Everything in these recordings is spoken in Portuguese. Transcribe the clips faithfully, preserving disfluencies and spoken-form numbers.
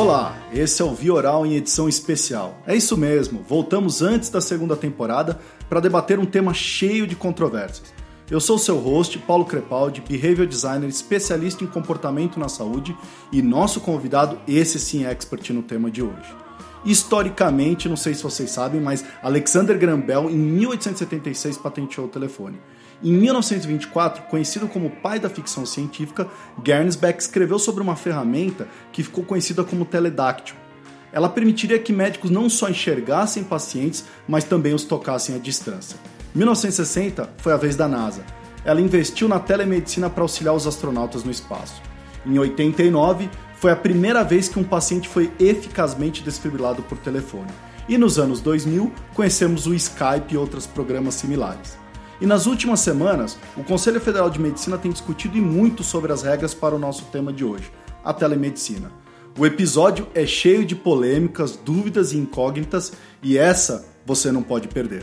Olá, esse é o Via Oral em edição especial. É isso mesmo, voltamos antes da segunda temporada para debater um tema cheio de controvérsias. Eu sou o seu host, Paulo Crepaldi, Behavior Designer especialista em comportamento na saúde e nosso convidado, esse sim é expert no tema de hoje. Historicamente, não sei se vocês sabem, mas Alexander Graham Bell, em mil oitocentos e setenta e seis, patenteou o telefone. Em mil novecentos e vinte e quatro, conhecido como pai da ficção científica, Gernsback escreveu sobre uma ferramenta que ficou conhecida como teledáctil. Ela permitiria que médicos não só enxergassem pacientes, mas também os tocassem à distância. Em mil novecentos e sessenta, foi a vez da NASA. Ela investiu na telemedicina para auxiliar os astronautas no espaço. Em oitenta e nove, foi a primeira vez que um paciente foi eficazmente desfibrilado por telefone. E nos anos dois mil, conhecemos o Skype e outros programas similares. E nas últimas semanas, o Conselho Federal de Medicina tem discutido e muito sobre as regras para o nosso tema de hoje, a telemedicina. O episódio é cheio de polêmicas, dúvidas e incógnitas, e essa você não pode perder.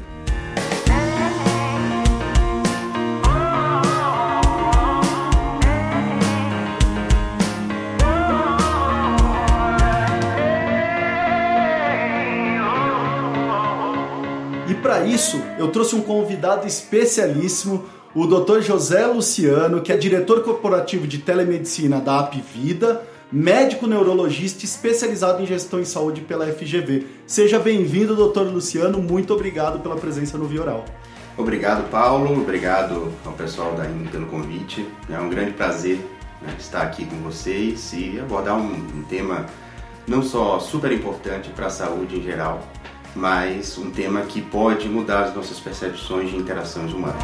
Para isso, eu trouxe um convidado especialíssimo, o doutor José Luciano, que é diretor corporativo de telemedicina da Apvida, médico neurologista especializado em gestão em saúde pela F G V. Seja bem-vindo, doutor Luciano, muito obrigado pela presença no Via Oral. Obrigado, Paulo, obrigado ao pessoal da I N pelo convite. É um grande prazer, né, estar aqui com vocês e abordar um, um tema não só super importante para a saúde em geral, mas um tema que pode mudar as nossas percepções de interações humanas.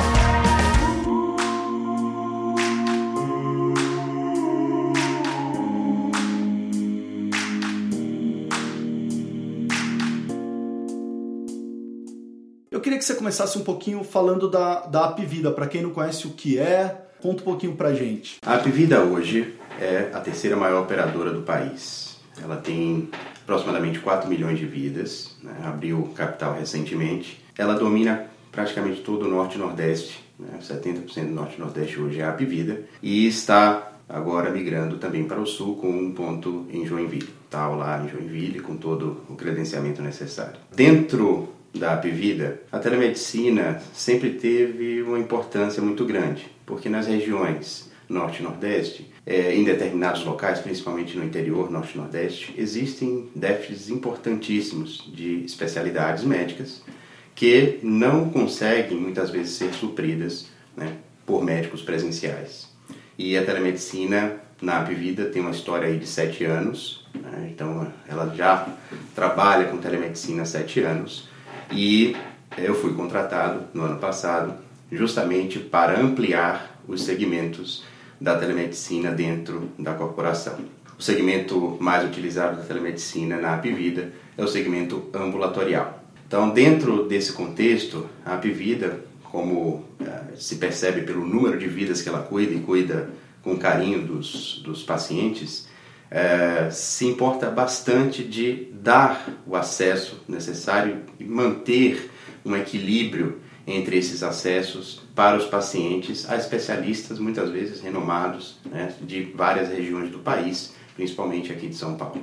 Eu queria que você começasse um pouquinho falando da, da Apvida. Para quem não conhece o que é, conta um pouquinho pra gente. A Apvida hoje é a terceira maior operadora do país. Ela tem aproximadamente quatro milhões de vidas, né? Abriu capital recentemente. Ela domina praticamente todo o Norte e Nordeste, né? setenta por cento do Norte e Nordeste hoje é a Apvida, e está agora migrando também para o Sul com um ponto em Joinville. Está lá em Joinville com todo o credenciamento necessário. Dentro da Apvida, a telemedicina sempre teve uma importância muito grande, porque nas regiões Norte e Nordeste, é, em determinados locais, principalmente no interior, Norte e Nordeste, existem déficits importantíssimos de especialidades médicas que não conseguem, muitas vezes, ser supridas, né, por médicos presenciais. E a telemedicina, na Apvida, tem uma história aí de sete anos, né, então ela já trabalha com telemedicina há sete anos, e eu fui contratado no ano passado justamente para ampliar os segmentos da telemedicina dentro da corporação. O segmento mais utilizado da telemedicina na Apvida é o segmento ambulatorial. Então, dentro desse contexto, a Apvida, como uh, se percebe pelo número de vidas que ela cuida e cuida com carinho dos, dos pacientes, uh, se importa bastante de dar o acesso necessário e manter um equilíbrio entre esses acessos para os pacientes a especialistas, muitas vezes renomados, né, de várias regiões do país, principalmente aqui de São Paulo.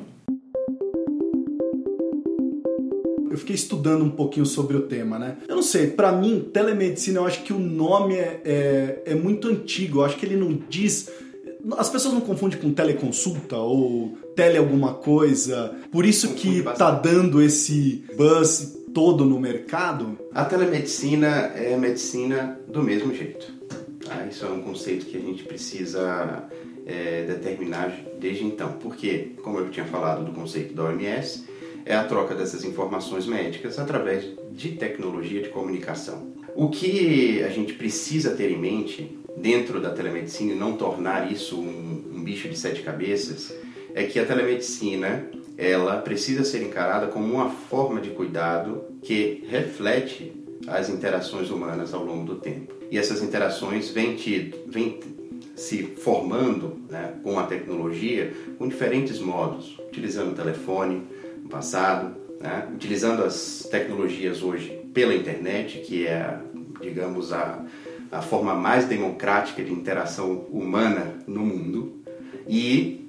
Eu fiquei estudando um pouquinho sobre o tema, né? Eu não sei, para mim, telemedicina, eu acho que o nome é, é, é muito antigo, eu acho que ele não diz... As pessoas não confundem com teleconsulta ou tele alguma coisa, por isso que tá dando esse buzz todo no mercado? A telemedicina é medicina do mesmo jeito. Tá? Isso é um conceito que a gente precisa é, determinar desde então. Porque, como eu tinha falado do conceito da O M S, é a troca dessas informações médicas através de tecnologia de comunicação. O que a gente precisa ter em mente dentro da telemedicina e não tornar isso um, um bicho de sete cabeças é que a telemedicina ela precisa ser encarada como uma forma de cuidado que reflete as interações humanas ao longo do tempo. E essas interações vêm, tido, vêm se formando, né, com a tecnologia com diferentes modos, utilizando o telefone no passado, né, utilizando as tecnologias hoje pela internet, que é, digamos, a, a forma mais democrática de interação humana no mundo, e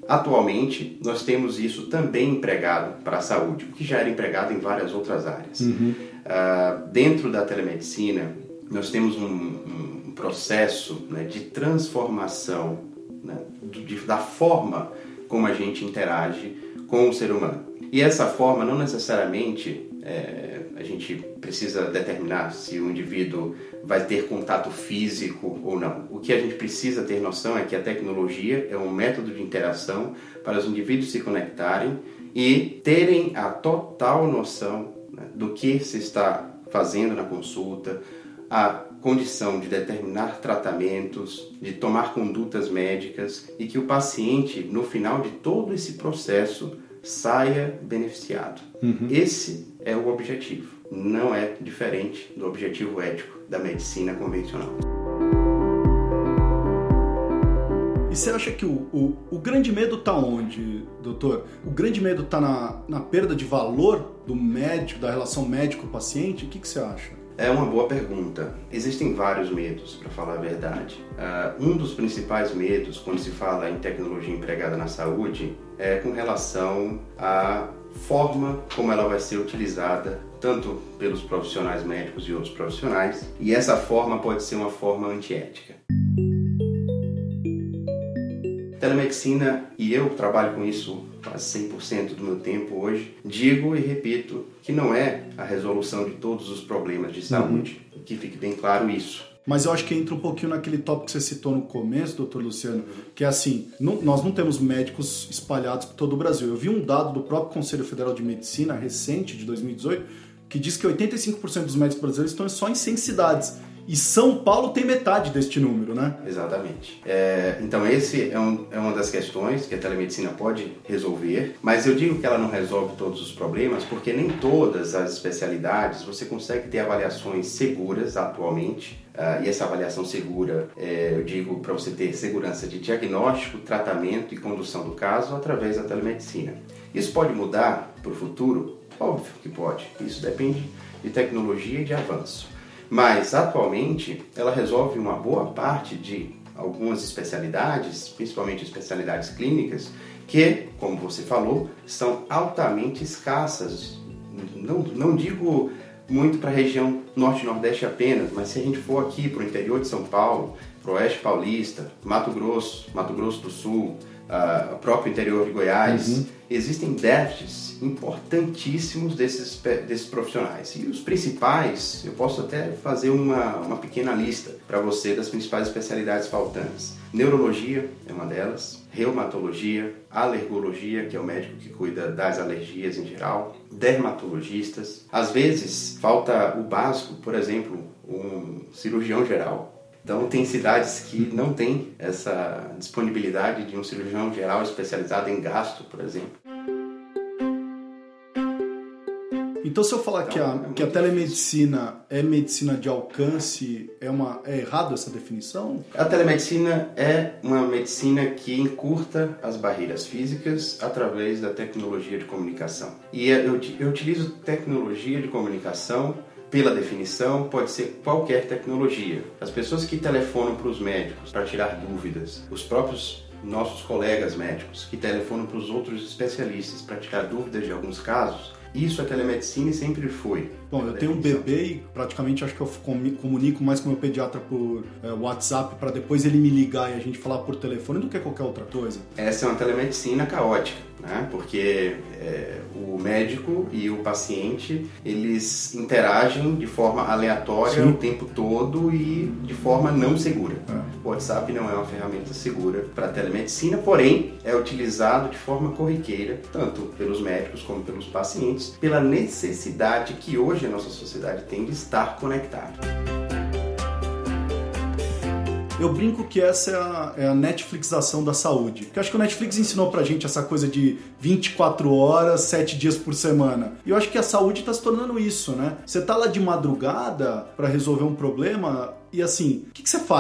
Atualmente, nós temos isso também empregado para a saúde, o que já era empregado em várias outras áreas. Uhum. Uh, dentro da telemedicina, nós temos um, um processo, né, de transformação, né, de, da forma como a gente interage com o ser humano. E essa forma não necessariamente é, a gente precisa determinar se o indivíduo vai ter contato físico ou não. O que a gente precisa ter noção é que a tecnologia é um método de interação para os indivíduos se conectarem e terem a total noção, né, do que se está fazendo na consulta, a condição de determinar tratamentos, de tomar condutas médicas e que o paciente, no final de todo esse processo, saia beneficiado. Uhum. Esse é o objetivo. Não é diferente do objetivo ético da medicina convencional. E você acha que o, o, o grande medo está onde, doutor? O grande medo está na, na perda de valor do médico, da relação médico-paciente? O que, que você acha? É uma boa pergunta. Existem vários medos, para falar a verdade. Uh, um dos principais medos, quando se fala em tecnologia empregada na saúde, é com relação à forma como ela vai ser utilizada, tanto pelos profissionais médicos e outros profissionais, e essa forma pode ser uma forma antiética. Telemedicina, e eu trabalho com isso quase cem por cento do meu tempo hoje, digo e repito que não é a resolução de todos os problemas de saúde, uhum. que fique bem claro isso. Mas eu acho que entra um pouquinho naquele tópico que você citou no começo, doutor Luciano, que é assim, não, nós não temos médicos espalhados por todo o Brasil. Eu vi um dado do próprio Conselho Federal de Medicina, recente, de dois mil e dezoito, que diz que oitenta e cinco por cento dos médicos brasileiros estão só em cem cidades. E São Paulo tem metade deste número, né? Exatamente. É, então, esse é, um, é uma das questões que a telemedicina pode resolver, mas eu digo que ela não resolve todos os problemas, porque nem todas as especialidades você consegue ter avaliações seguras atualmente, uh, e essa avaliação segura, é, eu digo para você ter segurança de diagnóstico, tratamento e condução do caso através da telemedicina. Isso pode mudar para o futuro? Óbvio que pode. Isso depende de tecnologia e de avanço. Mas, atualmente, ela resolve uma boa parte de algumas especialidades, principalmente especialidades clínicas, que, como você falou, são altamente escassas. Não, não digo muito para a região norte e nordeste apenas, mas se a gente for aqui para o interior de São Paulo, para o oeste paulista, Mato Grosso, Mato Grosso do Sul, uh, o próprio interior de Goiás, uhum. existem déficits importantíssimos desses, desses profissionais. E os principais, eu posso até fazer uma, uma pequena lista para você das principais especialidades faltantes. Neurologia é uma delas, reumatologia, alergologia, que é o médico que cuida das alergias em geral, dermatologistas. Às vezes falta o básico, por exemplo, um cirurgião geral. Então, tem cidades que não têm essa disponibilidade de um cirurgião geral especializado em gastro, por exemplo. Então, se eu falar então, que, a, é que a telemedicina difícil. É medicina de alcance, é, uma, é errado essa definição? A telemedicina é uma medicina que encurta as barreiras físicas através da tecnologia de comunicação. E eu, eu utilizo tecnologia de comunicação, pela definição, pode ser qualquer tecnologia. As pessoas que telefonam para os médicos para tirar dúvidas, os próprios nossos colegas médicos que telefonam para os outros especialistas para tirar dúvidas de alguns casos, isso é telemedicina e sempre foi. Bom, eu tenho um bebê e praticamente acho que eu comunico mais com o meu pediatra por é, WhatsApp para depois ele me ligar e a gente falar por telefone do que qualquer outra coisa. Essa é uma telemedicina caótica, né? Porque é, o médico e o paciente, eles interagem de forma aleatória Sim. o tempo todo e de forma não segura. É. O WhatsApp não é uma ferramenta segura para telemedicina, porém é utilizado de forma corriqueira, tanto pelos médicos como pelos pacientes, pela necessidade que hoje a nossa sociedade tem de estar conectado. Eu brinco que essa é a, é a Netflixização da saúde. Porque eu acho que o Netflix ensinou pra gente essa coisa de vinte e quatro horas, sete dias por semana. E eu acho que a saúde tá se tornando isso, né? Você tá lá de madrugada pra resolver um problema e assim, o que, que você faz?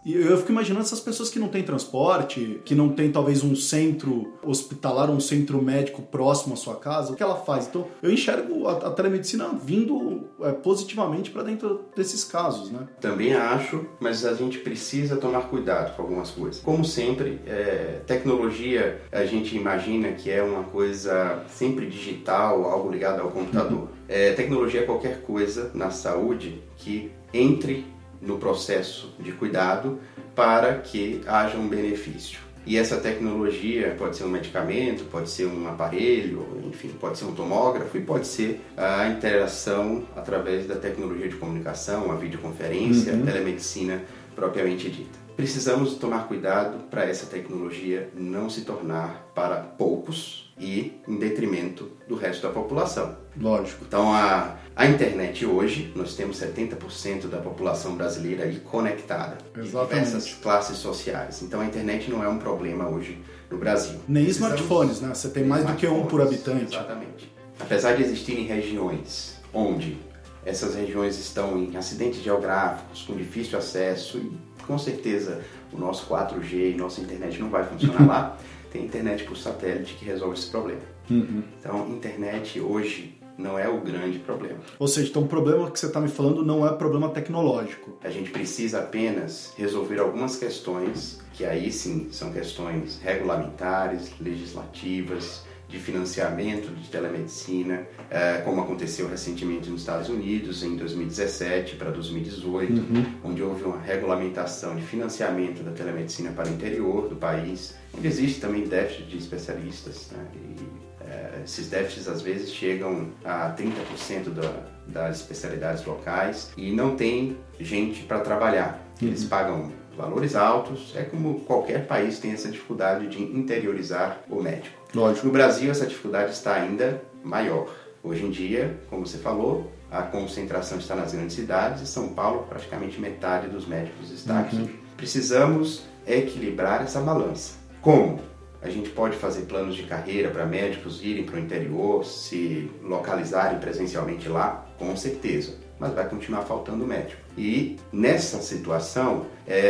E eu fico imaginando essas pessoas que não têm transporte, que não tem talvez um centro hospitalar, um centro médico próximo à sua casa, o que ela faz? Então, eu enxergo a, a telemedicina vindo é, positivamente para dentro desses casos, né? Também acho, mas a gente precisa tomar cuidado com algumas coisas. Como sempre, é, tecnologia, a gente imagina que é uma coisa sempre digital, algo ligado ao computador. Uhum. É, tecnologia é qualquer coisa na saúde que entre no processo de cuidado para que haja um benefício. E essa tecnologia pode ser um medicamento, pode ser um aparelho, enfim, pode ser um tomógrafo e pode ser a interação através da tecnologia de comunicação, a videoconferência, uhum. a telemedicina propriamente dita. Precisamos tomar cuidado para essa tecnologia não se tornar para poucos e em detrimento do resto da população. Lógico. Então, a, a internet hoje, nós temos setenta por cento da população brasileira aí conectada. Exatamente. Em diversas classes sociais. Então, a internet não é um problema hoje no Brasil. Nem Precisamos... smartphones, né? Você tem mais do que um por habitante. Exatamente. Apesar de existirem regiões onde essas regiões estão em acidentes geográficos, com difícil acesso e com certeza o nosso quatro G e nossa internet não vai funcionar lá, tem internet por satélite que resolve esse problema. Uhum. Então, internet hoje não é o grande problema. Ou seja, então o problema que você está me falando não é problema tecnológico. A gente precisa apenas resolver algumas questões, que aí sim são questões regulamentares, legislativas, de financiamento de telemedicina, como aconteceu recentemente nos Estados Unidos, em dois mil e dezessete para dois mil e dezoito, uhum. onde houve uma regulamentação de financiamento da telemedicina para o interior do país, onde existe também déficit de especialistas, né? E é, esses déficits às vezes chegam a trinta por cento da, das especialidades locais e não tem gente para trabalhar. Eles uhum. pagam valores altos, é como qualquer país tem essa dificuldade de interiorizar o médico. Lógico. No Brasil, essa dificuldade está ainda maior. Hoje em dia, como você falou, a concentração está nas grandes cidades e São Paulo, praticamente metade dos médicos está uhum. aqui. Precisamos equilibrar essa balança. Como? A gente pode fazer planos de carreira para médicos irem para o interior, se localizarem presencialmente lá? Com certeza. Mas vai continuar faltando médico. E nessa situação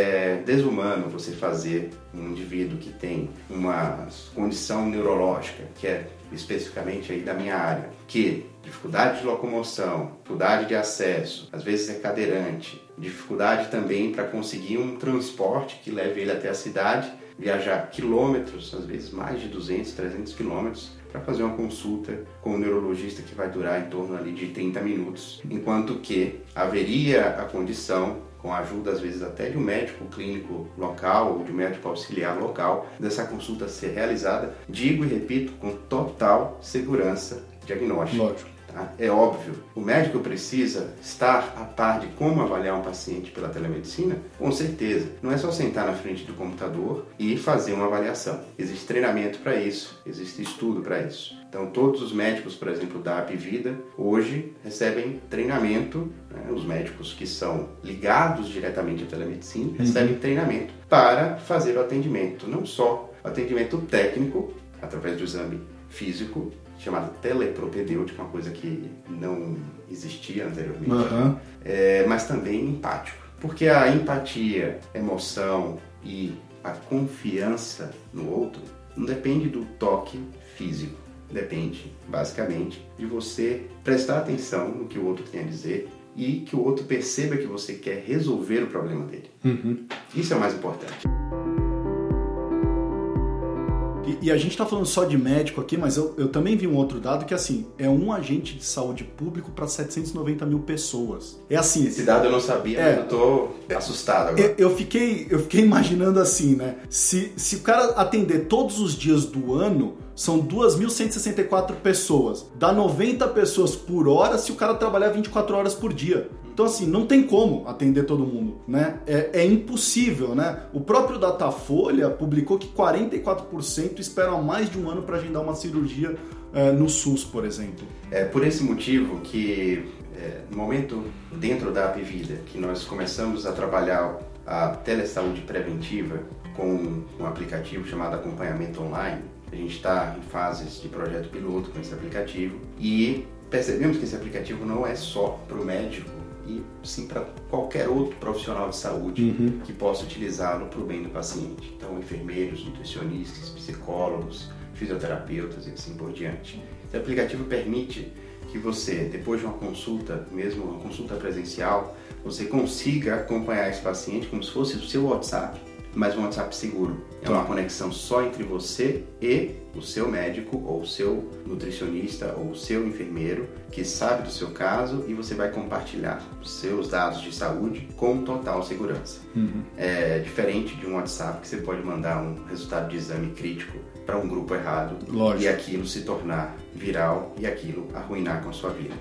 é desumano você fazer um indivíduo que tem uma condição neurológica, que é especificamente aí da minha área, que dificuldade de locomoção, dificuldade de acesso, às vezes é cadeirante, dificuldade também para conseguir um transporte que leve ele até a cidade, viajar quilômetros, às vezes mais de duzentos, trezentos quilômetros, para fazer uma consulta com o neurologista que vai durar em torno ali de trinta minutos, enquanto que haveria a condição, com a ajuda às vezes até de um médico clínico local ou de um médico auxiliar local, dessa consulta ser realizada, digo e repito, com total segurança diagnóstica. Lógico. Tá? É óbvio, o médico precisa estar a par de como avaliar um paciente pela telemedicina? Com certeza. Não é só sentar na frente do computador e fazer uma avaliação. Existe treinamento para isso, existe estudo para isso. Então, todos os médicos, por exemplo, da Apvida, hoje recebem treinamento, né? Os médicos que são ligados diretamente à telemedicina uhum. recebem treinamento para fazer o atendimento, não só o atendimento técnico, através do exame físico, chamada telepropedêutica, uma coisa que não existia anteriormente, uhum. é, mas também empático. Porque a empatia, emoção e a confiança no outro não depende do toque físico, depende basicamente de você prestar atenção no que o outro tem a dizer e que o outro perceba que você quer resolver o problema dele. Uhum. Isso é o mais importante. E, e a gente está falando só de médico aqui, mas eu, eu também vi um outro dado que, assim, é um agente de saúde público para setecentas e noventa mil pessoas. É assim... Esse dado eu não sabia, é, mas eu tô é, assustado agora. Eu, eu, fiquei, eu fiquei imaginando assim, né? Se, se o cara atender todos os dias do ano, são duas mil cento e sessenta e quatro pessoas. Dá noventa pessoas por hora se o cara trabalhar vinte e quatro horas por dia. Então, assim, não tem como atender todo mundo, né? É, é impossível, né? O próprio Datafolha publicou que quarenta e quatro por cento esperam mais de um ano para agendar uma cirurgia é, no SUS, por exemplo. É por esse motivo que, é, no momento dentro da Apvida, que nós começamos a trabalhar a telesaúde preventiva com um aplicativo chamado Acompanhamento Online, a gente está em fases de projeto piloto com esse aplicativo e percebemos que esse aplicativo não é só para o médico e sim para qualquer outro profissional de saúde uhum. que possa utilizá-lo para o bem do paciente. Então, enfermeiros, nutricionistas, psicólogos, fisioterapeutas e assim por diante. Esse aplicativo permite que você, depois de uma consulta, mesmo uma consulta presencial, você consiga acompanhar esse paciente como se fosse o seu WhatsApp, mas um WhatsApp seguro. É uma conexão só entre você e o seu médico, ou o seu nutricionista, ou o seu enfermeiro, que sabe do seu caso, e você vai compartilhar os seus dados de saúde com total segurança. Uhum. É diferente de um WhatsApp que você pode mandar um resultado de exame crítico para um grupo errado. Lógico. E aquilo se tornar viral e aquilo arruinar com a sua vida.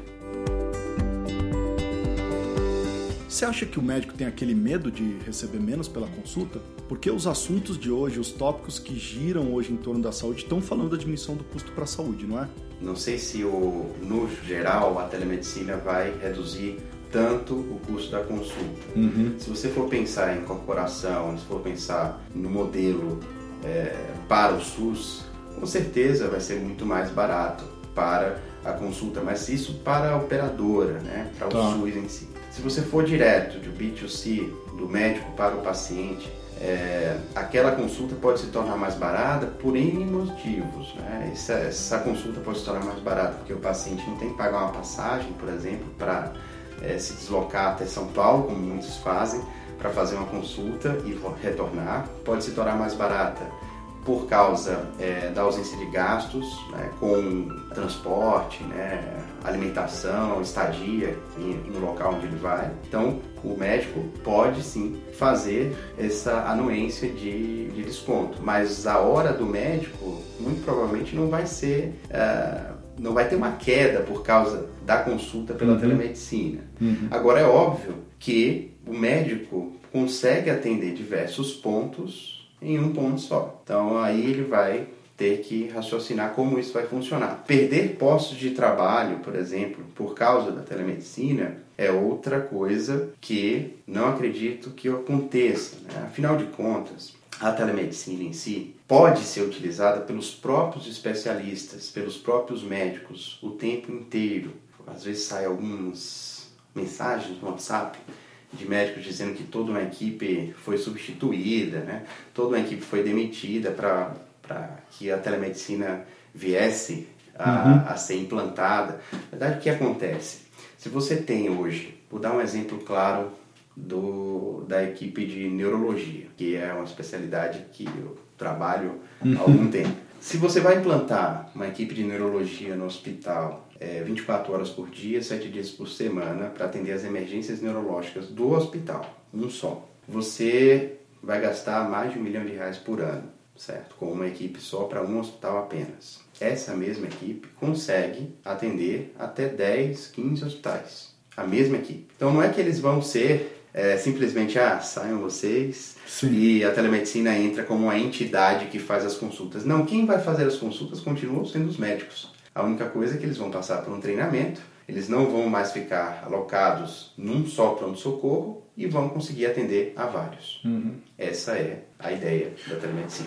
Você acha que o médico tem aquele medo de receber menos pela consulta? Porque os assuntos de hoje, os tópicos que giram hoje em torno da saúde, estão falando da diminuição do custo para a saúde, não é? Não sei se, o, no geral, a telemedicina vai reduzir tanto o custo da consulta. Uhum. Se você for pensar em corporação, se for pensar no modelo é, para o SUS, com certeza vai ser muito mais barato para a consulta, mas isso para a operadora, né? Para o tá. SUS em si. Se você for direto de B dois C, do médico para o paciente, é, aquela consulta pode se tornar mais barata por N motivos. Né? Essa, essa consulta pode se tornar mais barata porque o paciente não tem que pagar uma passagem, por exemplo, para é, se deslocar até São Paulo, como muitos fazem, para fazer uma consulta e retornar. Pode se tornar mais barata por causa é, da ausência de gastos, né, com transporte, né, alimentação, estadia em, no local onde ele vai. Então, o médico pode sim fazer essa anuência de, de desconto, mas a hora do médico muito provavelmente não vai ser, uh, não vai ter uma queda por causa da consulta pela uhum. telemedicina. Uhum. Agora, é óbvio que o médico consegue atender diversos pontos em um ponto só. Então aí ele vai ter que raciocinar como isso vai funcionar. Perder postos de trabalho, por exemplo, por causa da telemedicina, é outra coisa que não acredito que aconteça. Né? Afinal de contas, a telemedicina em si pode ser utilizada pelos próprios especialistas, pelos próprios médicos, o tempo inteiro. Às vezes saem algumas mensagens no WhatsApp de médicos dizendo que toda uma equipe foi substituída, né? Toda uma equipe foi demitida para que a telemedicina viesse a, uhum. a ser implantada. Na verdade, o que acontece? Se você tem hoje, vou dar um exemplo claro do, da equipe de neurologia, que é uma especialidade que eu trabalho há algum tempo. Se você vai implantar uma equipe de neurologia no hospital é, vinte e quatro horas por dia, sete dias por semana, para atender as emergências neurológicas do hospital, um só, você vai gastar mais de um milhão de reais por ano, certo? Com uma equipe só para um hospital apenas. Essa mesma equipe consegue atender até dez, quinze hospitais. A mesma equipe. Então não é que eles vão ser É, simplesmente, ah, saiam vocês Sim. e a telemedicina entra como uma entidade que faz as consultas. Não, quem vai fazer as consultas continuam sendo os médicos. A única coisa é que eles vão passar por um treinamento, eles não vão mais ficar alocados num só pronto-socorro e vão conseguir atender a vários. Uhum. Essa é a ideia da telemedicina.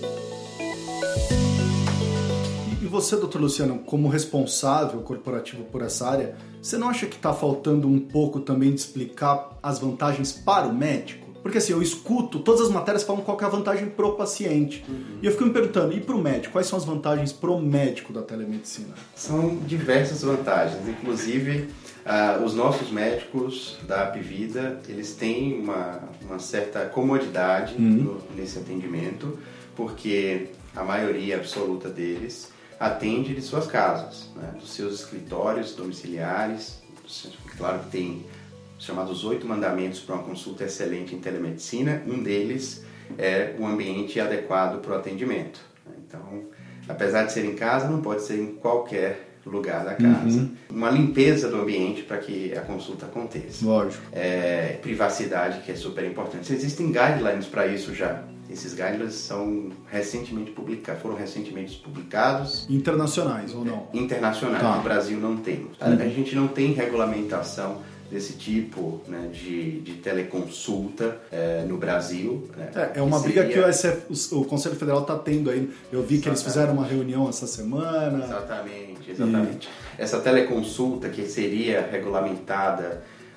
E você, doutor Luciano, como responsável corporativo por essa área, você não acha que está faltando um pouco também de explicar as vantagens para o médico? Porque assim, eu escuto, todas as matérias falam qual que é a vantagem para o paciente. Uhum. E eu fico me perguntando, e para o médico? Quais são as vantagens para o médico da telemedicina? São diversas vantagens. Inclusive, uh, os nossos médicos da Apvida, eles têm uma, uma certa comodidade uhum. no, nesse atendimento, porque a maioria absoluta deles atende de suas casas, né? Dos seus escritórios domiciliares. Claro que tem os chamados oito mandamentos para uma consulta excelente em telemedicina. Um deles é o ambiente adequado para o atendimento. Então, apesar de ser em casa, não pode ser em qualquer lugar da casa. Uhum. Uma limpeza do ambiente para que a consulta aconteça. Lógico. É, privacidade, que é super importante. Existem guidelines para isso já. Esses guidelines são recentemente publicados, foram recentemente publicados. Internacionais ou não? Internacionais. Tá. No Brasil não temos. Uhum. A gente não tem regulamentação desse tipo, né, de, de teleconsulta é, no Brasil. Né, é, é uma que briga seria... que o, S F, o Conselho Federal está tendo aí. Eu vi Exatamente. Que eles fizeram uma reunião essa semana. Exatamente, exatamente. E... Essa teleconsulta que seria regulamentada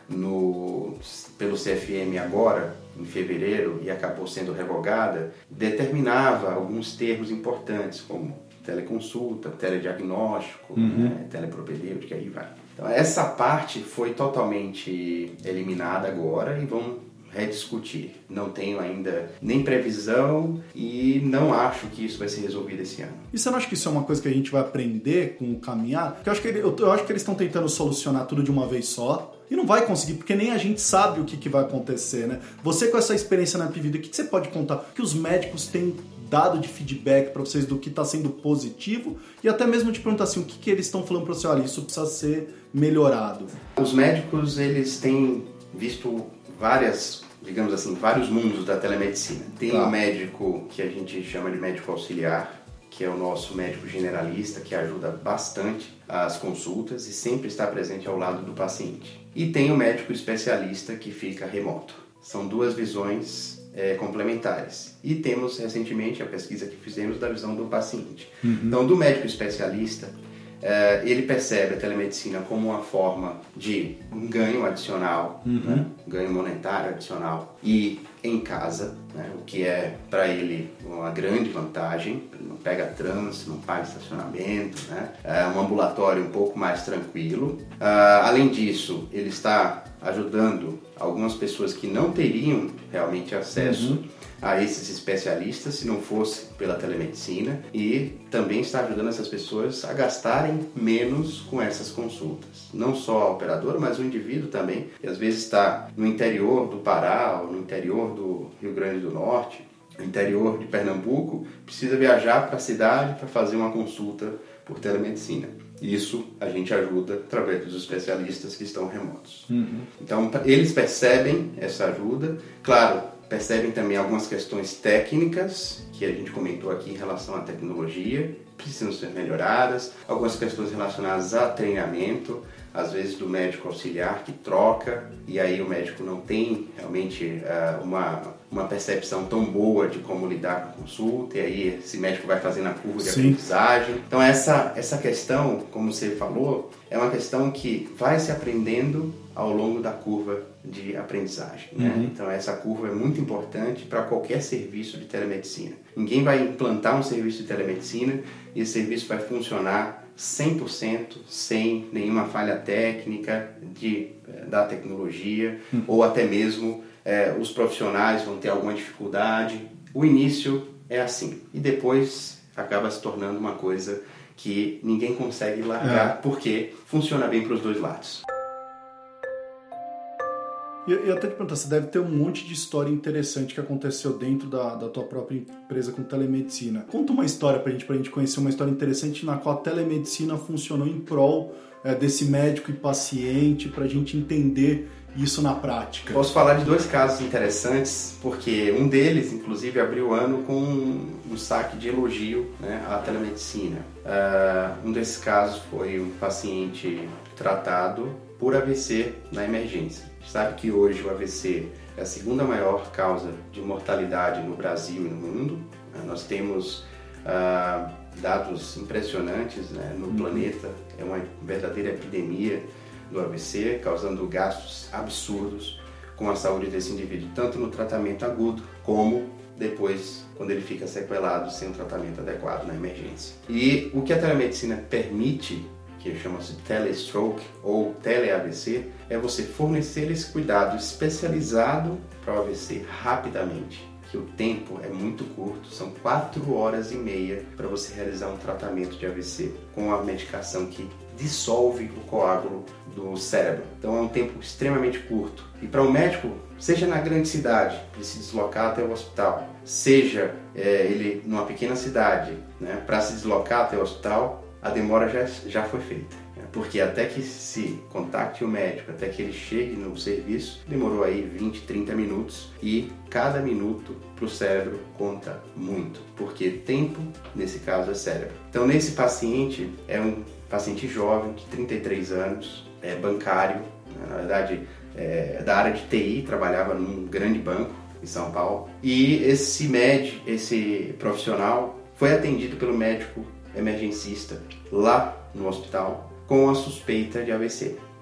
no, pelo C F M agora, em fevereiro, e acabou sendo revogada, determinava alguns termos importantes, como teleconsulta, telediagnóstico, uhum. né, telepropedêutica, aí vai. Então, essa parte foi totalmente eliminada agora e vão rediscutir. Não tenho ainda nem previsão e não acho que isso vai ser resolvido esse ano. E você não acha que isso é uma coisa que a gente vai aprender com o caminhar? Porque eu acho que, ele, eu, eu acho que eles estão tentando solucionar tudo de uma vez só e não vai conseguir, porque nem a gente sabe o que, que vai acontecer, né? Você com essa experiência na vida, o que, que você pode contar? O que os médicos têm dado de feedback para vocês do que está sendo positivo e até mesmo te perguntar assim, o que, que eles estão falando para você, olha, isso precisa ser melhorado. Os médicos, eles têm visto várias, digamos assim, vários mundos da telemedicina. Tem tá. o médico que a gente chama de médico auxiliar, que é o nosso médico generalista, que ajuda bastante as consultas e sempre está presente ao lado do paciente. E tem o médico especialista que fica remoto. São duas visões É, complementares. E temos recentemente a pesquisa que fizemos da visão do paciente. Uhum. Então, do médico especialista, é, ele percebe a telemedicina como uma forma de um ganho adicional, uhum. né? um ganho monetário adicional, e em casa, né? o que é para ele uma grande vantagem. Ele não pega trânsito, não paga estacionamento, né? É um ambulatório um pouco mais tranquilo. Uh, além disso, ele está ajudando algumas pessoas que não teriam realmente acesso uhum. a esses especialistas se não fosse pela telemedicina, e também está ajudando essas pessoas a gastarem menos com essas consultas. Não só a operadora, mas o indivíduo também, que às vezes está no interior do Pará ou no interior do Rio Grande do Norte, no interior de Pernambuco, precisa viajar para a cidade para fazer uma consulta por telemedicina. Isso a gente ajuda através dos especialistas que estão remotos. Uhum. Então, eles percebem essa ajuda. Claro, percebem também algumas questões técnicas que a gente comentou aqui em relação à tecnologia, precisam ser melhoradas. Algumas questões relacionadas a treinamento, às vezes do médico auxiliar que troca, e aí o médico não tem realmente uh, uma, uma percepção tão boa de como lidar com a consulta, e aí esse médico vai fazendo a curva de Sim. aprendizagem. Então essa, essa questão, como você falou, é uma questão que vai se aprendendo ao longo da curva de aprendizagem. Né? Uhum. Então essa curva é muito importante para qualquer serviço de telemedicina. Ninguém vai implantar um serviço de telemedicina e esse serviço vai funcionar cem por cento sem nenhuma falha técnica de, da tecnologia, hum. ou até mesmo é, os profissionais vão ter alguma dificuldade. O início é assim, e depois acaba se tornando uma coisa que ninguém consegue largar, é. porque funciona bem para os dois lados. E eu até te perguntar, você deve ter um monte de história interessante que aconteceu dentro da, da tua própria empresa com telemedicina. Conta uma história pra gente, pra gente conhecer uma história interessante na qual a telemedicina funcionou em prol é, desse médico e paciente, pra gente entender isso na prática. Posso falar de dois casos interessantes, porque um deles, inclusive, abriu o ano com um saque de elogio, né, à telemedicina. Uh, um desses casos foi um paciente tratado por A V C na emergência. Sabe que hoje o A V C é a segunda maior causa de mortalidade no Brasil e no mundo. Nós temos uh, dados impressionantes, né, no uhum. planeta. É uma verdadeira epidemia do A V C, causando gastos absurdos com a saúde desse indivíduo, tanto no tratamento agudo como depois quando ele fica sequelado sem um tratamento adequado na emergência. E o que a telemedicina permite, que chama-se telestroke ou tele-A V C, é você fornecer esse cuidado especializado para o A V C rapidamente, que o tempo é muito curto, são quatro horas e meia para você realizar um tratamento de A V C com a medicação que dissolve o coágulo do cérebro. Então é um tempo extremamente curto. E para o médico, seja na grande cidade, para se deslocar até o hospital, seja é, ele numa pequena cidade, né, para se deslocar até o hospital, a demora já, já foi feita. Porque até que se contacte o médico, até que ele chegue no serviço, demorou aí vinte, trinta minutos, e cada minuto para o cérebro conta muito, porque tempo, nesse caso, é cérebro. Então, nesse paciente, é um paciente jovem, de trinta e três anos, é bancário, na verdade, é da área de T I, trabalhava num grande banco em São Paulo, e esse médico, esse profissional, foi atendido pelo médico emergencista lá no hospital, com a suspeita de A V C.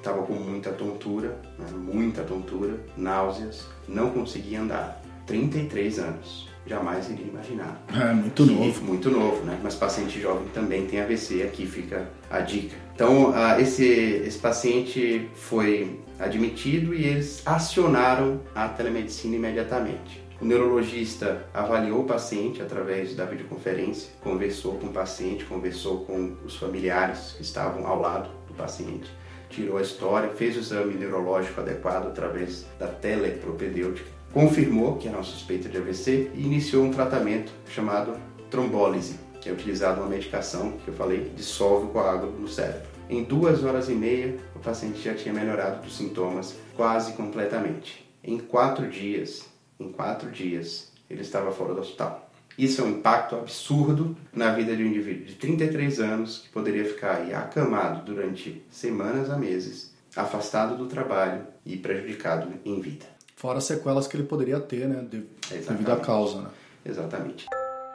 estava com muita tontura, né? muita tontura, náuseas, não conseguia andar. trinta e três anos. Jamais iria imaginar. É, muito que, novo. Muito novo, né? Mas paciente jovem também tem A V C, aqui fica a dica. Então, uh, esse, esse paciente foi admitido e eles acionaram a telemedicina imediatamente. O neurologista avaliou o paciente através da videoconferência, conversou com o paciente, conversou com os familiares que estavam ao lado do paciente, tirou a história, fez o exame neurológico adequado através da telepropedêutica, confirmou que era uma suspeita de A V C e iniciou um tratamento chamado trombólise, que é utilizado uma medicação que eu falei, dissolve com a água no cérebro. Em duas horas e meia, o paciente já tinha melhorado dos sintomas quase completamente. Em quatro dias, em quatro dias, ele estava fora do hospital. Isso é um impacto absurdo na vida de um indivíduo de trinta e três anos que poderia ficar aí acamado durante semanas a meses, afastado do trabalho e prejudicado em vida. Fora as sequelas que ele poderia ter, né, devido à causa, né? Exatamente.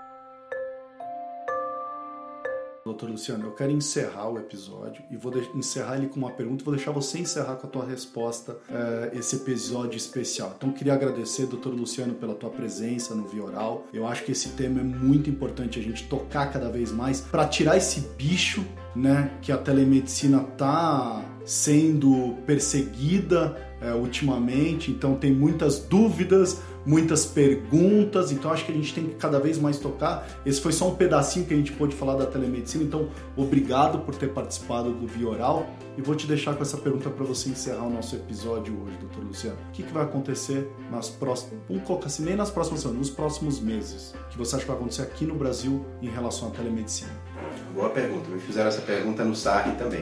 Doutor Luciano, eu quero encerrar o episódio e vou de- encerrar ele com uma pergunta, vou deixar você encerrar com a tua resposta uh, esse episódio especial. Então, queria agradecer, doutor Luciano, pela tua presença no Via Oral. Eu acho que esse tema é muito importante a gente tocar cada vez mais para tirar esse bicho, né, que a telemedicina está sendo perseguida é, ultimamente, então tem muitas dúvidas, muitas perguntas, então acho que a gente tem que cada vez mais tocar. Esse foi só um pedacinho que a gente pôde falar da telemedicina, então obrigado por ter participado do Via Oral e vou te deixar com essa pergunta para você encerrar o nosso episódio hoje, doutor Luciano. O que, que vai acontecer nas próximas, vamos colocar assim, nem nas próximas semanas, nos próximos meses, que você acha que vai acontecer aqui no Brasil em relação à telemedicina? Boa pergunta, me fizeram essa pergunta no S A R também.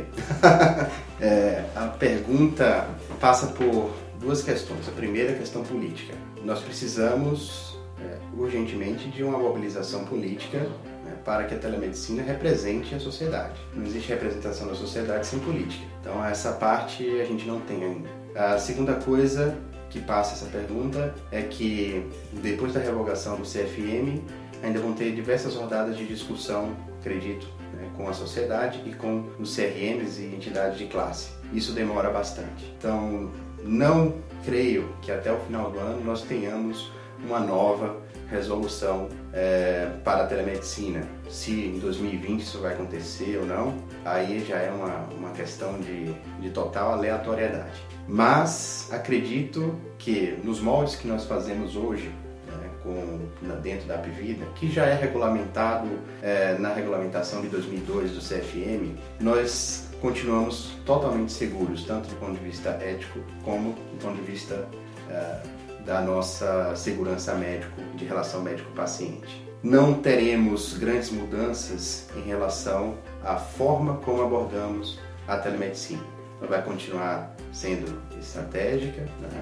é, a pergunta passa por duas questões. A primeira é a questão política. Nós precisamos é, urgentemente de uma mobilização política, né, para que a telemedicina represente a sociedade. Não existe representação da sociedade sem política. Então essa parte a gente não tem ainda. A segunda coisa que passa essa pergunta é que depois da revogação do C F M ainda vão ter diversas rodadas de discussão, acredito, né, com a sociedade e com os C R Ms e entidades de classe. Isso demora bastante. Então, não creio que até o final do ano nós tenhamos uma nova resolução é, para a telemedicina. Se em dois mil e vinte isso vai acontecer ou não, aí já é uma, uma questão de, de total aleatoriedade. Mas acredito que nos moldes que nós fazemos hoje, Com, dentro da Apvida, que já é regulamentado é, na regulamentação de dois mil e dois do C F M, nós continuamos totalmente seguros, tanto do ponto de vista ético como do ponto de vista é, da nossa segurança médico, de relação médico-paciente. Não teremos grandes mudanças em relação à forma como abordamos a telemedicina. Ela vai continuar sendo estratégica, né?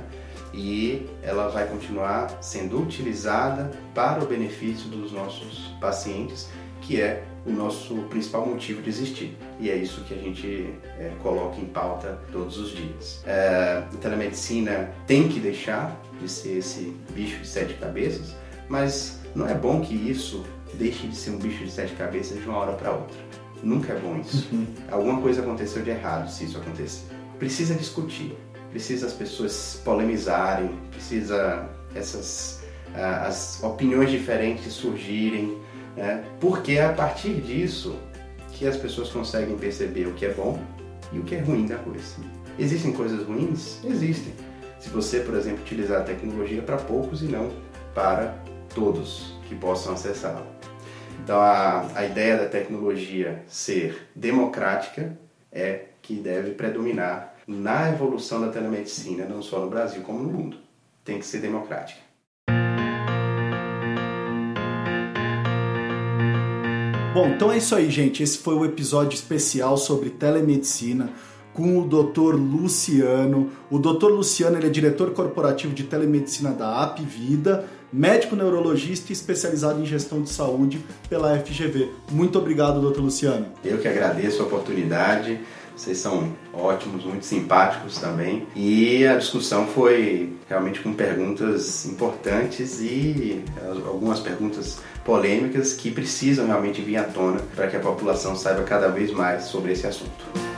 E ela vai continuar sendo utilizada para o benefício dos nossos pacientes, que é o nosso principal motivo de existir. E é isso que a gente é, coloca em pauta todos os dias. É, a telemedicina tem que deixar de ser esse bicho de sete cabeças, mas não é bom que isso deixe de ser um bicho de sete cabeças de uma hora para outra. Nunca é bom isso. Uhum. Alguma coisa aconteceu de errado se isso acontecer. Precisa discutir. Precisa as pessoas polemizarem, precisa essas uh, as opiniões diferentes surgirem, né? Porque é a partir disso que as pessoas conseguem perceber o que é bom e o que é ruim da coisa. Existem coisas ruins? Existem. Se você, por exemplo, utilizar a tecnologia para poucos e não para todos que possam acessá-la. Então a, a ideia da tecnologia ser democrática é que deve predominar na evolução da telemedicina, não só no Brasil como no mundo. Tem que ser democrática. Bom, então é isso aí, gente. Esse foi o episódio especial sobre telemedicina com o doutor Luciano. O doutor Luciano ele é diretor corporativo de telemedicina da Apvida, médico neurologista e especializado em gestão de saúde pela F G V. Muito obrigado, doutor Luciano. Eu que agradeço a oportunidade. Vocês são ótimos, muito simpáticos também. E a discussão foi realmente com perguntas importantes e algumas perguntas polêmicas que precisam realmente vir à tona para que a população saiba cada vez mais sobre esse assunto.